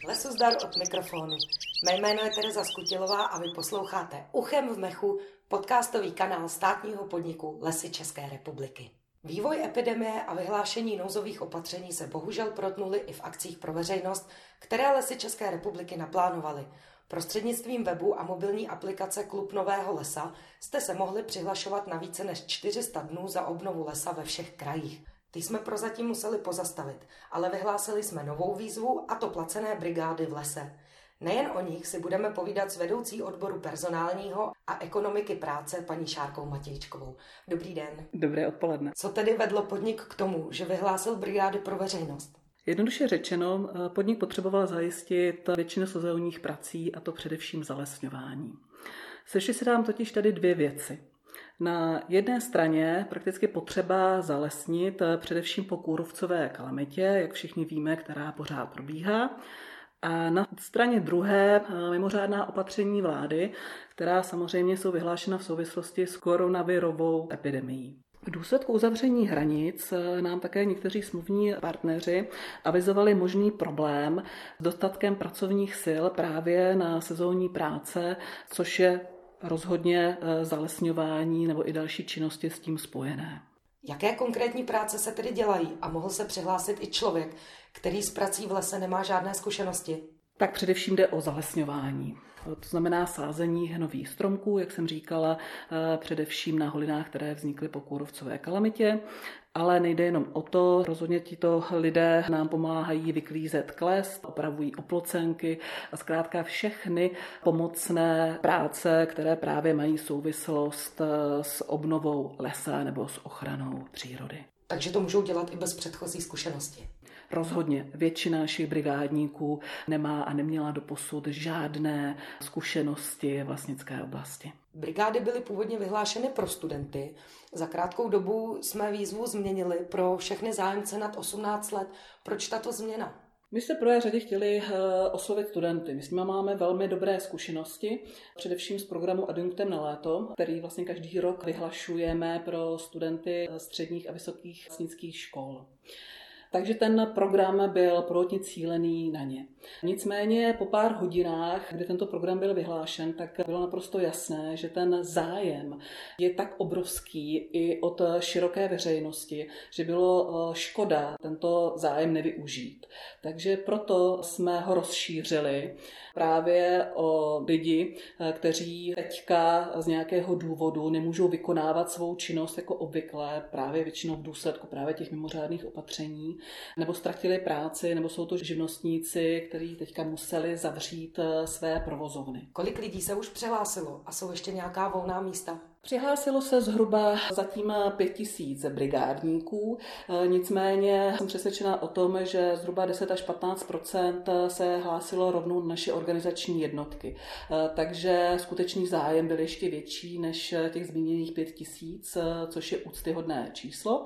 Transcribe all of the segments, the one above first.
Lesu zdar od mikrofonu. Mé jméno je Tereza Skutilová a vy posloucháte Uchem v mechu podcastový kanál státního podniku Lesy České republiky. Vývoj epidemie a vyhlášení nouzových opatření se bohužel protnuly i v akcích pro veřejnost, které Lesy České republiky naplánovaly. Prostřednictvím webu a mobilní aplikace Klub Nového lesa jste se mohli přihlašovat na více než 400 dnů za obnovu lesa ve všech krajích. Ty jsme prozatím museli pozastavit, ale vyhlásili jsme novou výzvu, a to placené brigády v lese. Nejen o nich si budeme povídat s vedoucí odboru personálního a ekonomiky práce paní Šárkou Matějčkovou. Dobrý den. Dobré odpoledne. Co tedy vedlo podnik k tomu, že vyhlásil brigády pro veřejnost? Jednoduše řečeno, podnik potřeboval zajistit většinu sezónních prací, a to především zalesňování. Sešly se nám totiž tady dvě věci. Na jedné straně prakticky potřeba zalesnit především po kůrovcové kalamitě, jak všichni víme, která pořád probíhá. A na straně druhé mimořádná opatření vlády, která samozřejmě jsou vyhlášena v souvislosti s koronavirovou epidemií. V důsledku uzavření hranic nám také někteří smluvní partneři avizovali možný problém s dostatkem pracovních sil právě na sezónní práce, což je rozhodně zalesňování nebo i další činnosti s tím spojené. Jaké konkrétní práce se tedy dělají a mohl se přihlásit i člověk, který s prací v lese nemá žádné zkušenosti? Tak především jde o zalesňování. To znamená sázení hnových stromků, jak jsem říkala, především na holinách, které vznikly po kůrovcové kalamitě. Ale nejde jenom o to, rozhodně tito lidé nám pomáhají vyklízet klest, opravují oplocenky a zkrátka všechny pomocné práce, které právě mají souvislost s obnovou lesa nebo s ochranou přírody. Takže to můžou dělat i bez předchozí zkušenosti. Rozhodně většina našich brigádníků nemá a neměla doposud žádné zkušenosti v lesnické oblasti. Brigády byly původně vyhlášeny pro studenty. Za krátkou dobu jsme výzvu změnili pro všechny zájemce nad 18 let. Proč tato změna? My jsme v prvé řadě chtěli oslovit studenty. My s nimi máme velmi dobré zkušenosti, především z programu Adjunktem na léto, který vlastně každý rok vyhlašujeme pro studenty středních a vysokých lesnických škol. Takže ten program byl prvotně cílený na ně. Nicméně po pár hodinách, kdy tento program byl vyhlášen, tak bylo naprosto jasné, že ten zájem je tak obrovský i od široké veřejnosti, že bylo škoda tento zájem nevyužít. Takže proto jsme ho rozšířili právě o lidi, kteří teďka z nějakého důvodu nemůžou vykonávat svou činnost jako obvykle, právě většinou v důsledku právě těch mimořádných opatření, nebo ztratili práci, nebo jsou to živnostníci, kteří teďka museli zavřít své provozovny. Kolik lidí se už přihlásilo a jsou ještě nějaká volná místa? Přihlásilo se zhruba zatím 5000 brigádníků, nicméně jsem přesvědčena o tom, že zhruba 10 až 15% se hlásilo rovnou naše organizační jednotky. Takže skutečný zájem byl ještě větší než těch zmíněných 5000, což je úctyhodné číslo.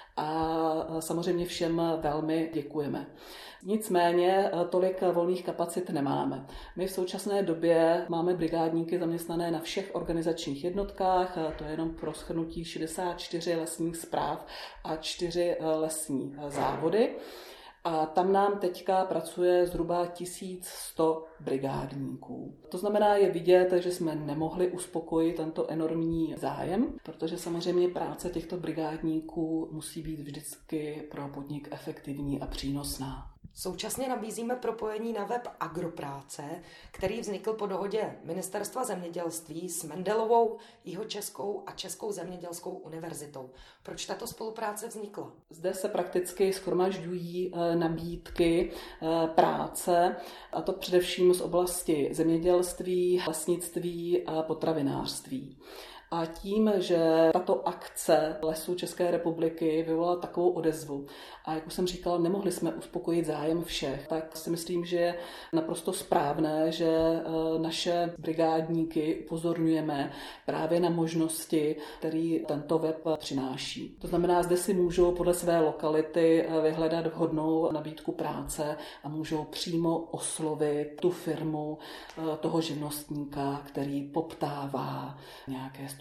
A samozřejmě všem velmi děkujeme. Nicméně tolik volných kapacit nemáme. My v současné době máme brigádníky zaměstnané na všech organizačních jednotkách, to je jenom pro shrnutí 64 lesních správ a 4 lesní závody. A tam nám teďka pracuje zhruba 1100 brigádníků. To znamená, je vidět, že jsme nemohli uspokojit tento enormní zájem, protože samozřejmě práce těchto brigádníků musí být vždycky pro podnik efektivní a přínosná. Současně nabízíme propojení na web Agropráce, který vznikl po dohodě Ministerstva zemědělství s Mendelovou, Jihočeskou a Českou zemědělskou univerzitou. Proč tato spolupráce vznikla? Zde se prakticky shromažďují nabídky práce, a to především z oblasti zemědělství, lesnictví a potravinářství. A tím, že tato akce Lesů České republiky vyvolala takovou odezvu a jak už jsem říkala, nemohli jsme uspokojit zájem všech, tak si myslím, že je naprosto správné, že naše brigádníky upozorňujeme právě na možnosti, které tento web přináší. To znamená, zde si můžou podle své lokality vyhledat vhodnou nabídku práce a můžou přímo oslovit tu firmu, toho živnostníka, který poptává nějaké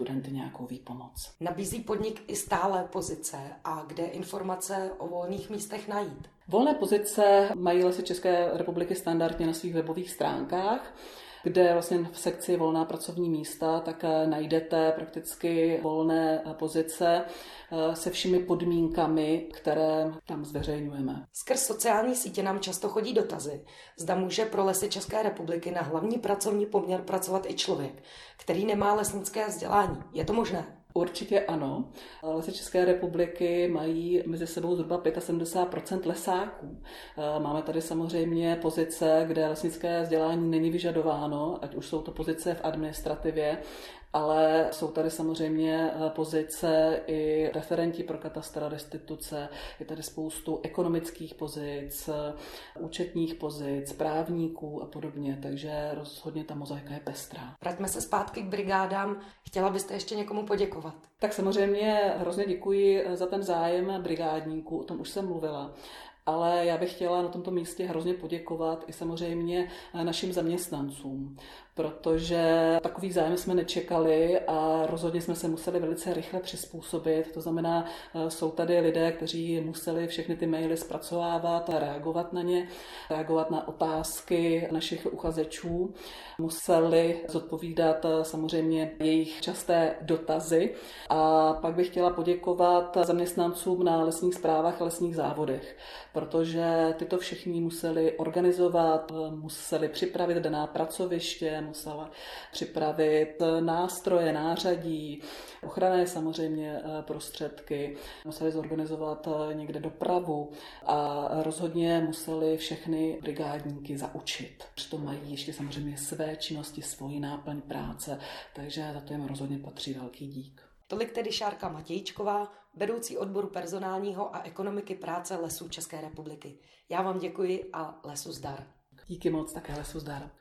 studenty nějakou výpomoc. Nabízí podnik i stálé pozice a kde informace o volných místech najít? Volné pozice mají Lesy České republiky standardně na svých webových stránkách, kde vlastně v sekci volná pracovní místa tak najdete prakticky volné pozice se všemi podmínkami, které tam zveřejňujeme. Skrz sociální sítě nám často chodí dotazy, zda může pro Lesy České republiky na hlavní pracovní poměr pracovat i člověk, který nemá lesnické vzdělání. Je to možné? Určitě ano. Lesy České republiky mají mezi sebou zhruba 75% lesáků. Máme tady samozřejmě pozice, kde lesnické vzdělání není vyžadováno, ať už jsou to pozice v administrativě, ale jsou tady samozřejmě pozice i referenti pro katastr a restituce, je tady spoustu ekonomických pozic, účetních pozic, právníků a podobně, takže rozhodně ta mozaika je pestrá. Vraťme se zpátky k brigádám. Chtěla byste ještě někomu poděkovat? Tak samozřejmě hrozně děkuji za ten zájem brigádníků, o tom už jsem mluvila. Ale já bych chtěla na tomto místě hrozně poděkovat i samozřejmě našim zaměstnancům, protože takový zájem jsme nečekali a rozhodně jsme se museli velice rychle přizpůsobit. To znamená, jsou tady lidé, kteří museli všechny ty maily zpracovávat a reagovat na ně, reagovat na otázky našich uchazečů, museli zodpovídat samozřejmě jejich časté dotazy. A pak bych chtěla poděkovat zaměstnancům na lesních správách a lesních závodech, protože tyto všichni museli organizovat, museli připravit daná pracoviště, musela připravit nástroje, nářadí, ochranné samozřejmě prostředky, museli zorganizovat někde dopravu a rozhodně museli všechny brigádníky zaučit. Přitom mají ještě samozřejmě své činnosti, svoji náplň práce, takže za to jim rozhodně patří velký dík. Tolik tedy Šárka Matějčková, vedoucí odboru personálního a ekonomiky práce Lesů České republiky. Já vám děkuji a lesu zdar. Díky moc, také lesu zdar.